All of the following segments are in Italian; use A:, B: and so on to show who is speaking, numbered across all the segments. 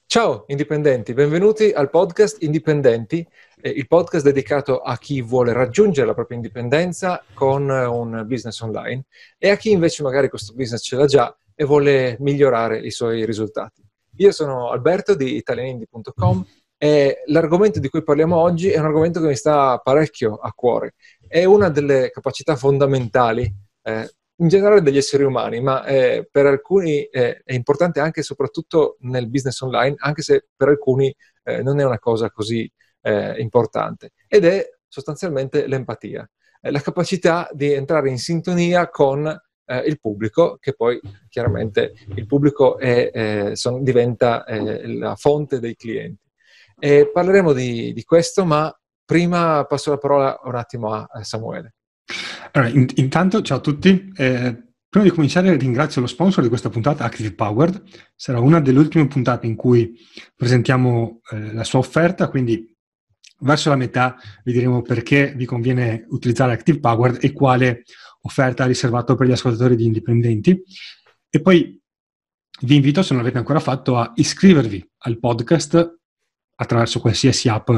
A: Ciao indipendenti, benvenuti al podcast Indipendenti, il podcast dedicato a chi vuole raggiungere la propria indipendenza con un business online e a chi invece magari questo business ce l'ha già e vuole migliorare i suoi risultati. Io sono Alberto di italianindie.com e l'argomento di cui parliamo oggi è un argomento che mi sta parecchio a cuore. È una delle capacità fondamentali in generale degli esseri umani, ma per alcuni è importante anche e soprattutto nel business online, anche se per alcuni non è una cosa così importante. Ed è sostanzialmente l'empatia, la capacità di entrare in sintonia con il pubblico, che poi chiaramente il pubblico diventa la fonte dei clienti. E parleremo di questo, ma prima passo la parola un attimo a Samuele.
B: Allora, intanto, ciao a tutti. Prima di cominciare ringrazio lo sponsor di questa puntata, Active Powered. Sarà una delle ultime puntate in cui presentiamo la sua offerta, quindi verso la metà vi diremo perché vi conviene utilizzare Active Powered e quale offerta ha riservato per gli ascoltatori di indipendenti. E poi vi invito, se non l'avete ancora fatto, a iscrivervi al podcast attraverso qualsiasi app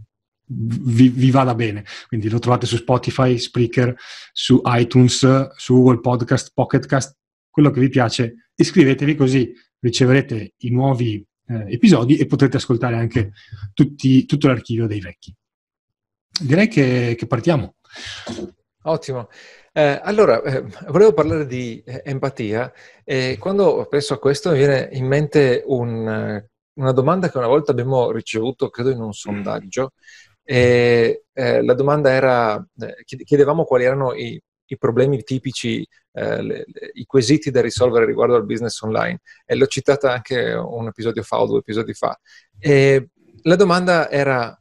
B: vi vada bene. Quindi lo trovate su Spotify, Spreaker, su iTunes, su Google Podcast, Pocket Cast, quello che vi piace. Iscrivetevi, così riceverete i nuovi episodi e potrete ascoltare anche tutto l'archivio dei vecchi. Direi che partiamo.
A: Ottimo. Allora, volevo parlare di empatia e quando penso a questo mi viene in mente una domanda che una volta abbiamo ricevuto, credo in un sondaggio, e la domanda era, chiedevamo quali erano i problemi tipici, i quesiti da risolvere riguardo al business online, e l'ho citata anche un episodio fa o 2 episodi fa. E la domanda era...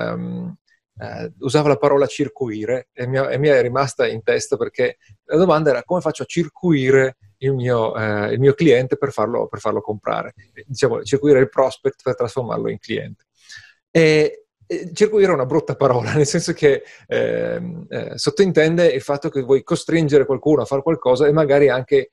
A: usava la parola circuire e mi è rimasta in testa perché la domanda era: come faccio a circuire il mio cliente per farlo comprare? Diciamo, circuire il prospect per trasformarlo in cliente. E circuire è una brutta parola, nel senso che sottintende il fatto che vuoi costringere qualcuno a fare qualcosa e magari anche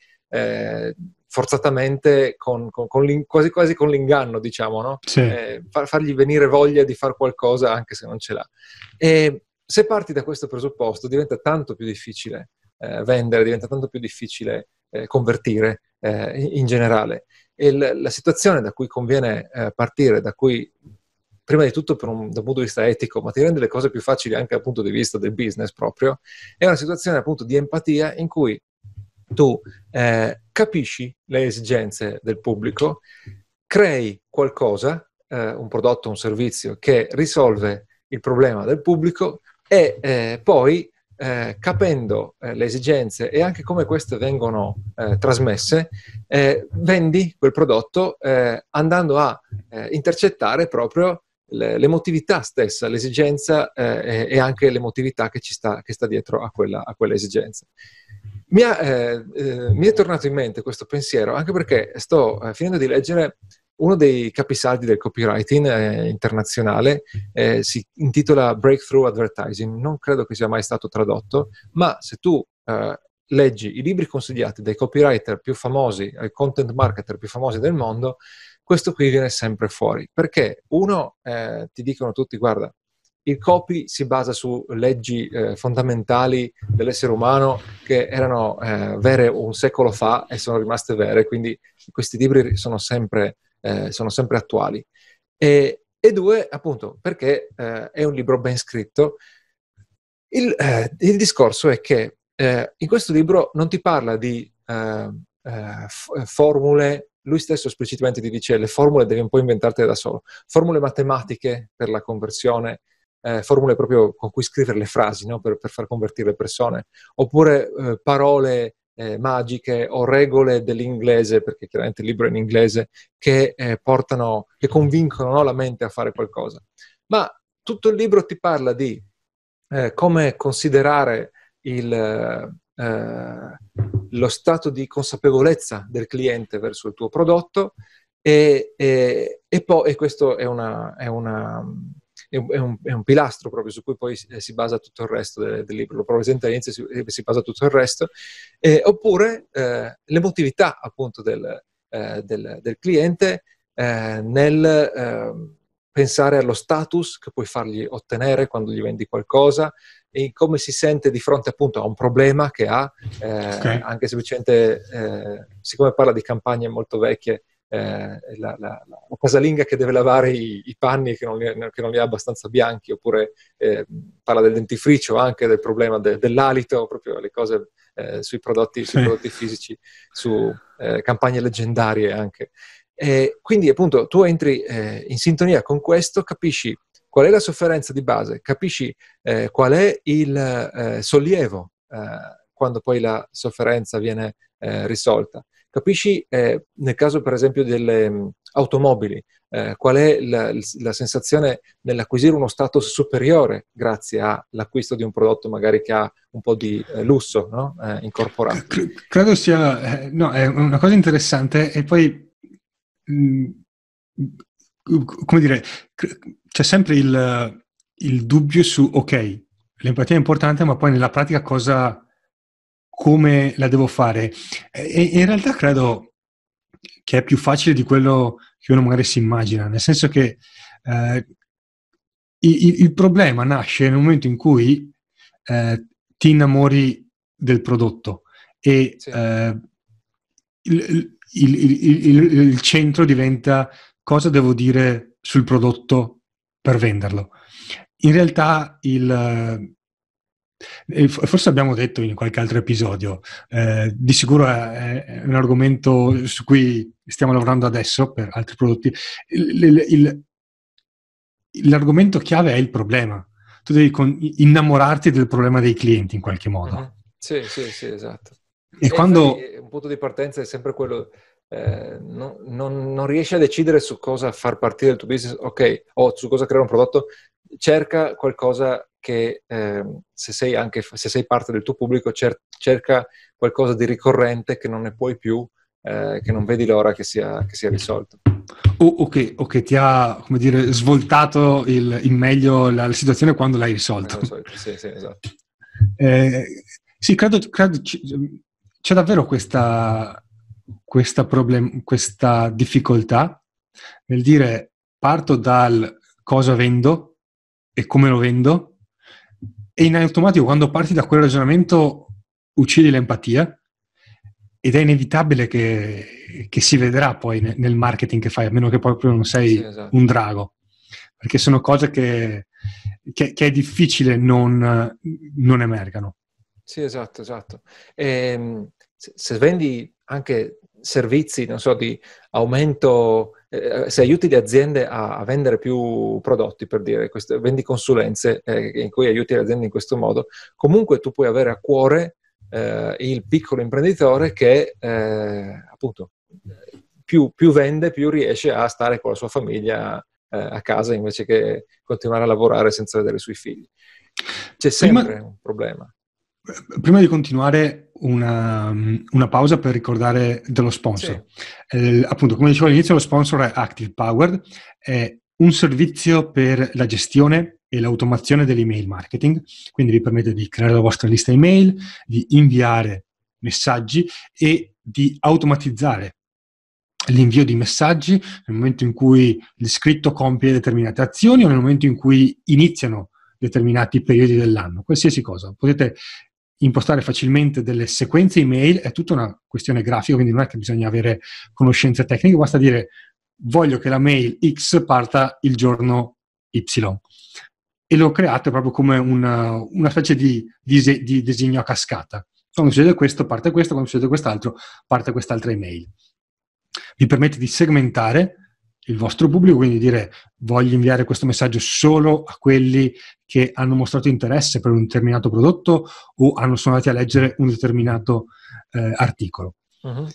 A: forzatamente quasi quasi con l'inganno, diciamo, no?
B: Sì.
A: Fargli venire voglia di fare qualcosa anche se non ce l'ha. E se parti da questo presupposto diventa tanto più difficile vendere, diventa tanto più difficile convertire in generale. E la situazione da cui conviene partire, da cui prima di tutto da un punto di vista etico, ma ti rende le cose più facili anche dal punto di vista del business proprio, è una situazione appunto di empatia in cui tu capisci le esigenze del pubblico, crei qualcosa, un prodotto, un servizio che risolve il problema del pubblico e poi capendo le esigenze e anche come queste vengono trasmesse, vendi quel prodotto andando a intercettare proprio l'emotività stessa, l'esigenza e anche l'emotività che sta dietro a quella esigenza. Mi è tornato in mente questo pensiero anche perché sto finendo di leggere uno dei capisaldi del copywriting internazionale, si intitola Breakthrough Advertising, non credo che sia mai stato tradotto, ma se tu leggi i libri consigliati dai copywriter più famosi, ai content marketer più famosi del mondo, questo qui viene sempre fuori, perché uno, ti dicono tutti, guarda, il copy si basa su leggi fondamentali dell'essere umano che erano vere un secolo fa e sono rimaste vere, quindi questi libri sono sempre attuali. E due, appunto, perché è un libro ben scritto. Il discorso è che in questo libro non ti parla di formule. Lui stesso esplicitamente ti dice: le formule devi un po' inventartele da solo, formule matematiche per la conversione, formule proprio con cui scrivere le frasi, no? per far convertire le persone, oppure parole magiche o regole dell'inglese, perché chiaramente il libro è in inglese, che convincono, no, la mente a fare qualcosa. Ma tutto il libro ti parla di come considerare lo stato di consapevolezza del cliente verso il tuo prodotto e questo è un pilastro proprio su cui poi si basa tutto il resto del libro. Lo presenta all'inizio e si basa tutto il resto. Oppure l'emotività appunto del cliente nel pensare allo status che puoi fargli ottenere quando gli vendi qualcosa e come si sente di fronte appunto a un problema che ha, anche semplicemente, siccome parla di campagne molto vecchie, la casalinga che deve lavare i panni che non li ha abbastanza bianchi, oppure parla del dentifricio, anche del problema dell'alito, proprio le cose sui prodotti fisici, su campagne leggendarie anche. Quindi appunto tu entri in sintonia con questo, capisci qual è la sofferenza di base, capisci qual è il sollievo quando poi la sofferenza viene risolta. Capisci, nel caso per esempio delle automobili, qual è la sensazione nell'acquisire uno status superiore grazie all'acquisto di un prodotto magari che ha un po' di lusso, no? Incorporato.
B: Credo sia, no, è una cosa interessante, e poi, come dire, c'è sempre il dubbio su, ok, l'empatia è importante, ma poi nella pratica come la devo fare? E in realtà credo che è più facile di quello che uno magari si immagina, nel senso che il problema nasce nel momento in cui ti innamori del prodotto e
A: Sì.
B: Il centro diventa cosa devo dire sul prodotto per venderlo. In realtà forse abbiamo detto in qualche altro episodio, di sicuro è un argomento su cui stiamo lavorando adesso per altri prodotti. L'argomento chiave è il problema. Tu devi innamorarti del problema dei clienti in qualche modo.
A: Mm-hmm. Sì, esatto.
B: E quando
A: un punto di partenza è sempre quello, non riesci a decidere su cosa far partire il tuo business, ok, o su cosa creare un prodotto, cerca qualcosa che, se sei parte del tuo pubblico, cerca qualcosa di ricorrente che non ne puoi più, che non vedi l'ora che sia risolto.
B: O che ti ha, come dire, svoltato in meglio la situazione quando l'hai risolto.
A: Sì, esatto.
B: Sì, credo c'è davvero questa difficoltà nel dire parto dal cosa vendo e come lo vendo, e in automatico quando parti da quel ragionamento uccidi l'empatia, ed è inevitabile che si vedrà poi nel marketing che fai, a meno che proprio non sei un drago, perché sono cose che è difficile non emergano.
A: Sì, esatto. Se vendi anche servizi, non so, di aumento, se aiuti le aziende a vendere più prodotti, per dire, vendi consulenze in cui aiuti le aziende in questo modo, comunque tu puoi avere a cuore il piccolo imprenditore che appunto più vende, più riesce a stare con la sua famiglia a casa, invece che continuare a lavorare senza vedere i suoi figli. C'è sempre un problema.
B: Prima di continuare, una pausa per ricordare dello sponsor. Sì. Appunto, come dicevo all'inizio, lo sponsor è Active Powered, è un servizio per la gestione e l'automazione dell'email marketing, quindi vi permette di creare la vostra lista email, di inviare messaggi e di automatizzare l'invio di messaggi nel momento in cui l'iscritto compie determinate azioni o nel momento in cui iniziano determinati periodi dell'anno, qualsiasi cosa. Potete impostare facilmente delle sequenze email, è tutta una questione grafica, quindi non è che bisogna avere conoscenze tecniche, basta dire voglio che la mail X parta il giorno Y, e lo create proprio come una specie di disegno a cascata. Quando succede questo parte questo, quando succede quest'altro parte quest'altra email. Vi permette di segmentare il vostro pubblico, quindi dire voglio inviare questo messaggio solo a quelli che hanno mostrato interesse per un determinato prodotto o sono andati a leggere un determinato articolo. Uh-huh.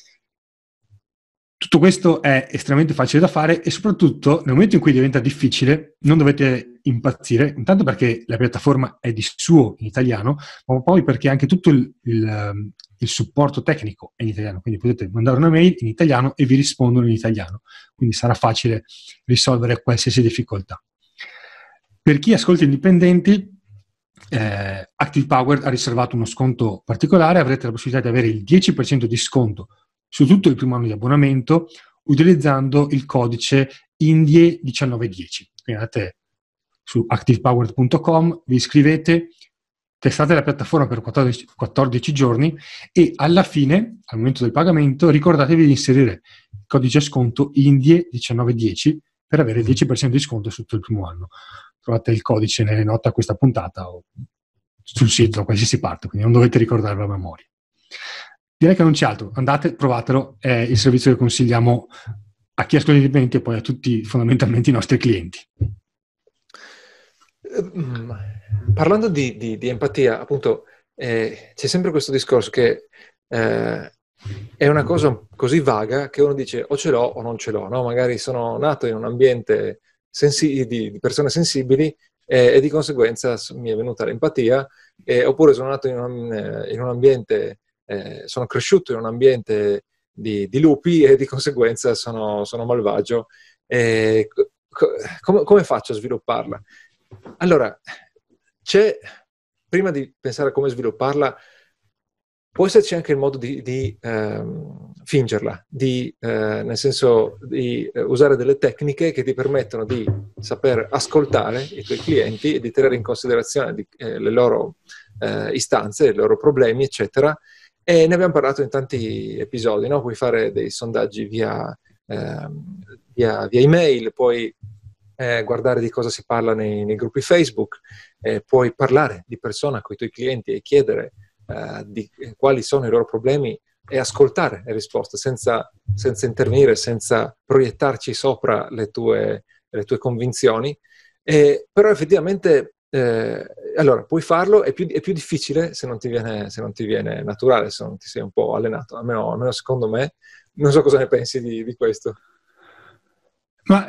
B: Tutto questo è estremamente facile da fare, e soprattutto nel momento in cui diventa difficile non dovete impazzire, intanto perché la piattaforma è di suo in italiano, ma poi perché anche tutto il supporto tecnico è in italiano, quindi potete mandare una mail in italiano e vi rispondono in italiano, quindi sarà facile risolvere qualsiasi difficoltà. Per chi ascolta indipendenti, Active Powered ha riservato uno sconto particolare, avrete la possibilità di avere il 10% di sconto su tutto il primo anno di abbonamento, utilizzando il codice INDIE1910. Quindi andate su activepowered.com, vi iscrivete, testate la piattaforma per 14 giorni e alla fine, al momento del pagamento, ricordatevi di inserire il codice sconto INDIE1910 per avere il 10% di sconto su tutto il primo anno. Trovate il codice nelle note a questa puntata o sul sito da qualsiasi parte, quindi non dovete ricordarlo a memoria. Direi che non c'è altro, andate, provatelo, è il servizio che consigliamo a chi ascolta i dipendenti e poi a tutti fondamentalmente i nostri clienti.
A: Parlando di empatia, appunto, c'è sempre questo discorso che è una cosa così vaga che uno dice o ce l'ho o non ce l'ho, no? Magari sono nato in un ambiente di persone sensibili e di conseguenza mi è venuta l'empatia, oppure sono nato in un ambiente, sono cresciuto in un ambiente di lupi e di conseguenza sono malvagio. Come faccio a svilupparla? Allora, prima di pensare a come svilupparla, può esserci anche il modo di fingerla, nel senso di usare delle tecniche che ti permettono di saper ascoltare i tuoi clienti e di tenere in considerazione le loro istanze, i loro problemi, eccetera. E ne abbiamo parlato in tanti episodi, no? Puoi fare dei sondaggi via email, puoi guardare di cosa si parla nei gruppi Facebook, puoi parlare di persona con i tuoi clienti e chiedere di quali sono i loro problemi e ascoltare le risposte senza intervenire, senza proiettarci sopra le tue convinzioni. Però effettivamente allora puoi farlo, è più difficile se non ti viene naturale, se non ti sei un po' allenato, almeno secondo me. Non so cosa ne pensi di questo.
B: Ma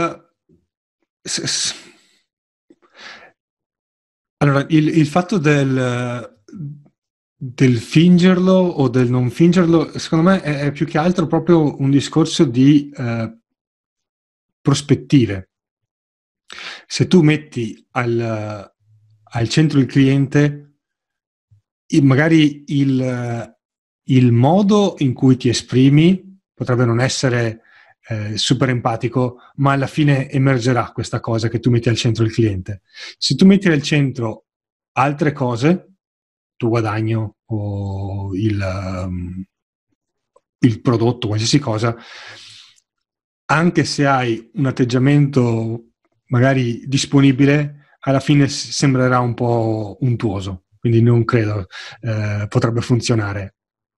B: allora, il fatto del fingerlo o del non fingerlo, secondo me è più che altro proprio un discorso di prospettive. Se tu metti al centro il cliente, magari il modo in cui ti esprimi potrebbe non essere super empatico, ma alla fine emergerà questa cosa che tu metti al centro il cliente. Se tu metti al centro altre cose, tuo guadagno o il prodotto, qualsiasi cosa, anche se hai un atteggiamento magari disponibile, alla fine sembrerà un po' untuoso, quindi non credo potrebbe funzionare.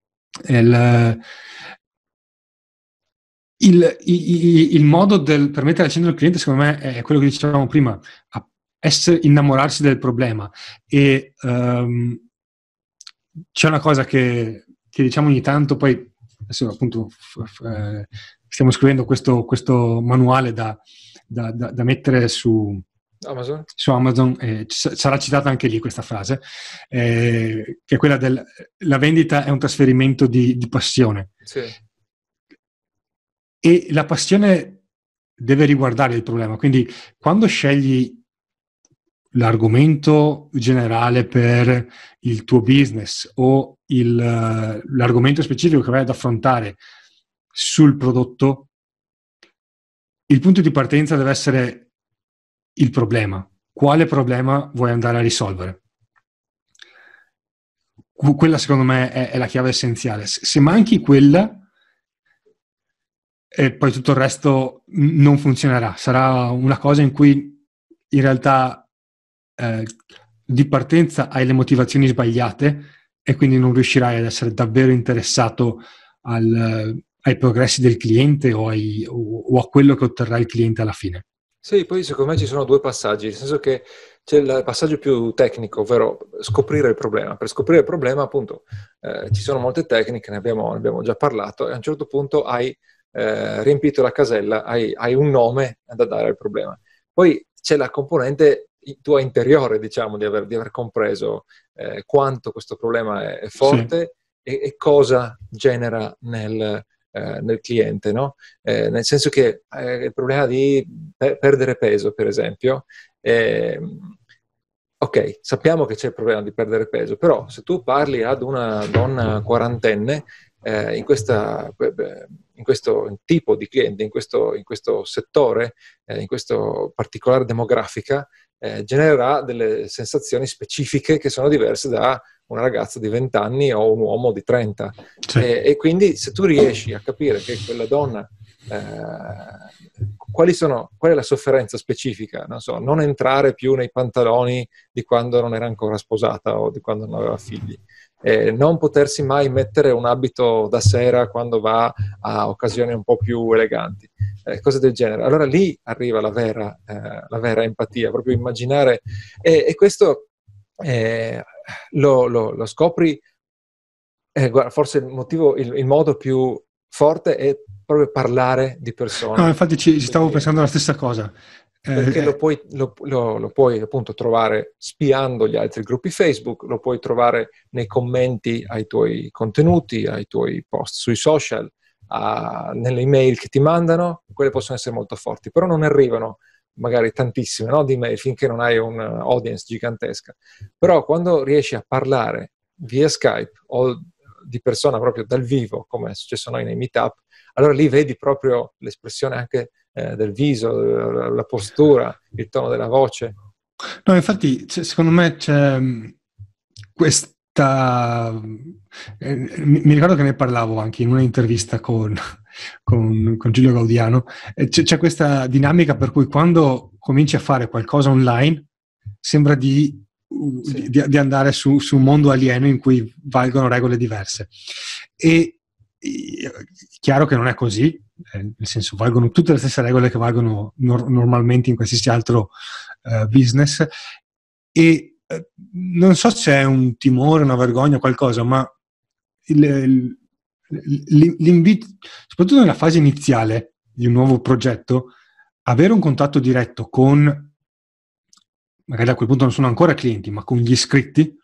B: Il modo per mettere al centro il cliente, secondo me, è quello che dicevamo prima, innamorarsi del problema. E c'è una cosa che diciamo ogni tanto, poi adesso appunto stiamo scrivendo questo manuale da mettere su Amazon, sarà citata anche lì questa frase, che è quella la vendita è un trasferimento di passione.
A: Sì.
B: E la passione deve riguardare il problema, quindi quando scegli l'argomento generale per il tuo business o l'argomento specifico che vai ad affrontare sul prodotto, il punto di partenza deve essere il problema. Quale problema vuoi andare a risolvere? Quella secondo me è la chiave essenziale. Se manchi quella, e poi tutto il resto non funzionerà. Sarà una cosa in cui in realtà di partenza hai le motivazioni sbagliate e quindi non riuscirai ad essere davvero interessato ai progressi del cliente o a quello che otterrà il cliente alla fine.
A: Sì, poi secondo me ci sono due passaggi, nel senso che c'è il passaggio più tecnico, ovvero scoprire il problema. Per scoprire il problema, appunto, ci sono molte tecniche, ne abbiamo già parlato, e a un certo punto hai riempito la casella, hai un nome da dare al problema. Poi c'è la componente tua interiore, diciamo, di aver compreso quanto questo problema è forte, sì, e cosa genera nel cliente, no? Nel senso che il problema di perdere peso, per esempio, ok, sappiamo che c'è il problema di perdere peso, però se tu parli ad una donna quarantenne in questo tipo di clienti, in questo settore, in questo particolare demografica, genererà delle sensazioni specifiche che sono diverse da una ragazza di 20 anni o un uomo di 30.
B: Sì.
A: E quindi se tu riesci a capire che quella donna, qual è la sofferenza specifica, non so, non entrare più nei pantaloni di quando non era ancora sposata o di quando non aveva figli, non potersi mai mettere un abito da sera quando va a occasioni un po' più eleganti, cose del genere. Allora lì arriva la vera empatia, proprio immaginare, e questo lo scopri, guarda, forse il modo più forte è proprio parlare di persona.
B: No, infatti ci stavo pensando la stessa cosa.
A: Perché lo puoi appunto trovare spiando gli altri gruppi Facebook, lo puoi trovare nei commenti ai tuoi contenuti, ai tuoi post sui social, nelle email che ti mandano. Quelle possono essere molto forti, però non arrivano magari tantissime, no, di email finché non hai un audience gigantesca. Però quando riesci a parlare via Skype o di persona proprio dal vivo, come è successo a noi nei meetup, allora lì vedi proprio l'espressione anche del viso, la postura, il tono della voce.
B: No, infatti, secondo me c'è questa... mi ricordo che ne parlavo anche in una intervista con Giulio Gaudiano. C'è questa dinamica per cui quando cominci a fare qualcosa online sembra di andare su un mondo alieno in cui valgono regole diverse. E chiaro che non è così, nel senso valgono tutte le stesse regole che valgono normalmente in qualsiasi altro business, e non so se è un timore, una vergogna, qualcosa, ma l'invito, soprattutto nella fase iniziale di un nuovo progetto, avere un contatto diretto con, magari a quel punto non sono ancora clienti, ma con gli iscritti,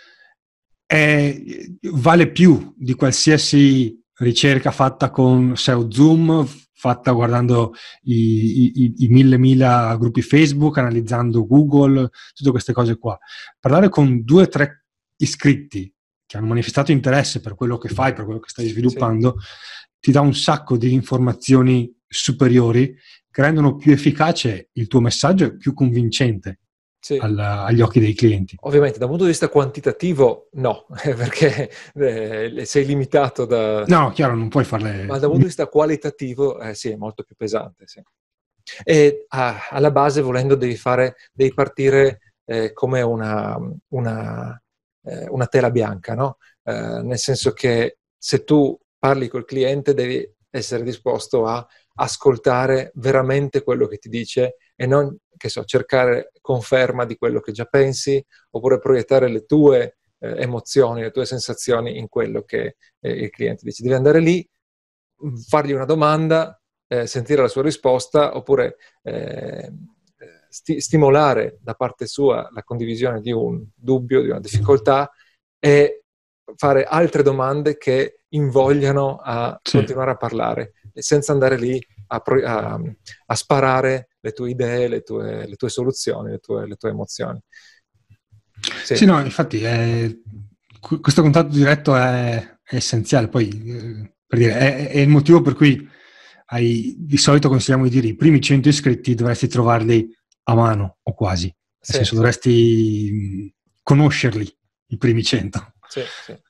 B: vale più di qualsiasi ricerca fatta con SEO Zoom, fatta guardando i mille gruppi Facebook, analizzando Google, tutte queste cose qua. Parlare con 2 o 3 iscritti che hanno manifestato interesse per quello che fai, per quello che stai sviluppando, ti dà un sacco di informazioni superiori che rendono più efficace il tuo messaggio e più convincente agli occhi dei clienti.
A: Ovviamente dal punto di vista quantitativo no, perché sei limitato da...
B: No, chiaro, non puoi farle...
A: Ma dal punto di vista qualitativo sì, è molto più pesante. Sì. E alla base, volendo, devi partire come una tela bianca, no? Nel senso che se tu parli col cliente devi essere disposto a ascoltare veramente quello che ti dice e non, che so, cercare conferma di quello che già pensi, oppure proiettare le tue emozioni, le tue sensazioni in quello che il cliente dice. Devi andare lì, fargli una domanda, sentire la sua risposta, oppure stimolare da parte sua la condivisione di un dubbio, di una difficoltà, e fare altre domande che invogliano a continuare a parlare, senza andare lì a sparare le tue idee, le tue soluzioni, le tue emozioni.
B: Sì, no, infatti questo contatto diretto è essenziale. Poi, per dire, è il motivo per cui di solito consigliamo di dire i primi 100 iscritti dovresti trovarli a mano o quasi, nel senso dovresti conoscerli i primi 100.
A: Sì.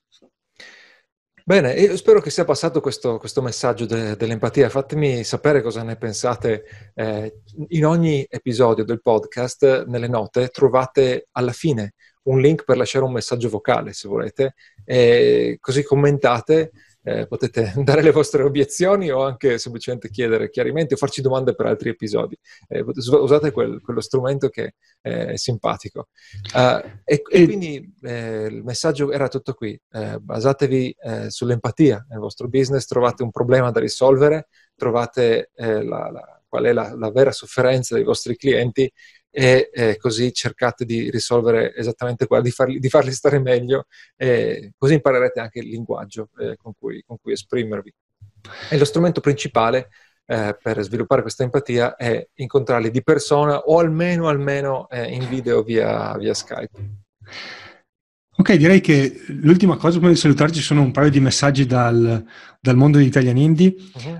A: Bene, io spero che sia passato questo messaggio dell'empatia. Fatemi sapere cosa ne pensate. In ogni episodio del podcast, nelle note, trovate alla fine un link per lasciare un messaggio vocale, se volete, così commentate. Potete dare le vostre obiezioni o anche semplicemente chiedere chiarimenti o farci domande per altri episodi. Usate quello strumento che è simpatico. E quindi il messaggio era tutto qui. Basatevi sull'empatia nel vostro business, trovate un problema da risolvere, trovate qual è la vera sofferenza dei vostri clienti e così cercate di risolvere esattamente quello, di farli stare meglio, e così imparerete anche il linguaggio con cui esprimervi. E lo strumento principale per sviluppare questa empatia è incontrarli di persona o almeno in video via Skype.
B: Ok, direi che l'ultima cosa prima di salutarci sono un paio di messaggi dal mondo di Italian Indie.
A: Mhm.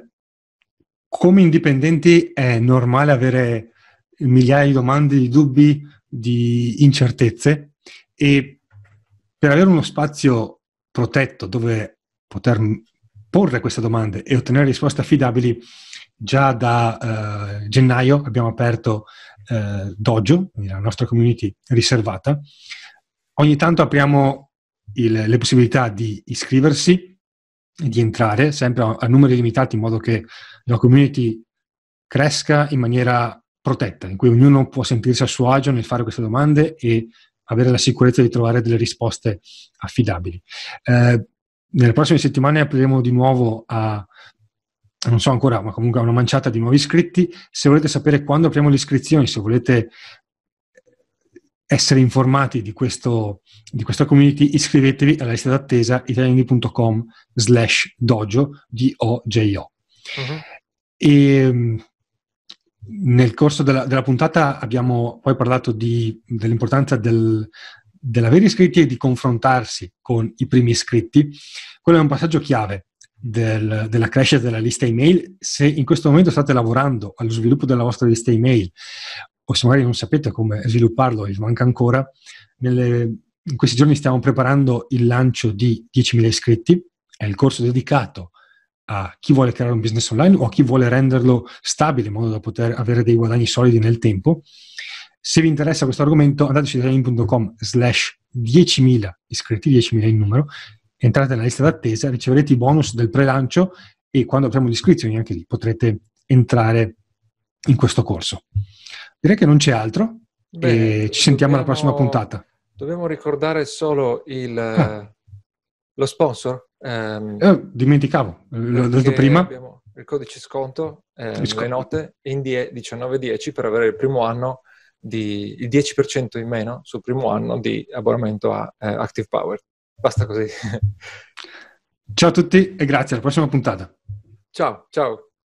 B: Come indipendenti è normale avere migliaia di domande, di dubbi, di incertezze, e per avere uno spazio protetto dove poter porre queste domande e ottenere risposte affidabili, già da gennaio abbiamo aperto Dojo, la nostra community riservata. Ogni tanto apriamo le possibilità di iscriversi e di entrare, sempre a numeri limitati, in modo che la community cresca in maniera protetta, in cui ognuno può sentirsi a suo agio nel fare queste domande e avere la sicurezza di trovare delle risposte affidabili. Nelle prossime settimane apriremo di nuovo non so ancora, ma comunque a una manciata di nuovi iscritti. Se volete sapere quando apriamo le iscrizioni, se volete essere informati di questa community, iscrivetevi alla lista d'attesa italiani.com/dojo, DOJO.
A: Mhm.
B: E nel corso della puntata abbiamo poi parlato dell'importanza dell'avere iscritti e di confrontarsi con i primi iscritti. Quello è un passaggio chiave della crescita della lista email. Se in questo momento state lavorando allo sviluppo della vostra lista email, o se magari non sapete come svilupparlo e vi manca ancora, in questi giorni stiamo preparando il lancio di 10.000 iscritti. È il corso dedicato a chi vuole creare un business online o a chi vuole renderlo stabile in modo da poter avere dei guadagni solidi nel tempo. Se vi interessa questo argomento, andate su italiani.com/10.000 iscritti, 10.000 in numero, entrate nella lista d'attesa, riceverete i bonus del pre-lancio e quando apriamo le iscrizioni anche lì potrete entrare in questo corso. Direi che non c'è altro.
A: Bene,
B: E ci sentiamo alla prossima puntata.
A: Dobbiamo ricordare solo lo sponsor.
B: Dimenticavo, l'ho detto prima.
A: Abbiamo il codice sconto nelle note INDIE 1910 per avere il primo anno il 10% in meno sul primo anno di abbonamento a Active Power. Basta così.
B: Ciao a tutti e grazie, alla prossima puntata.
A: Ciao, ciao.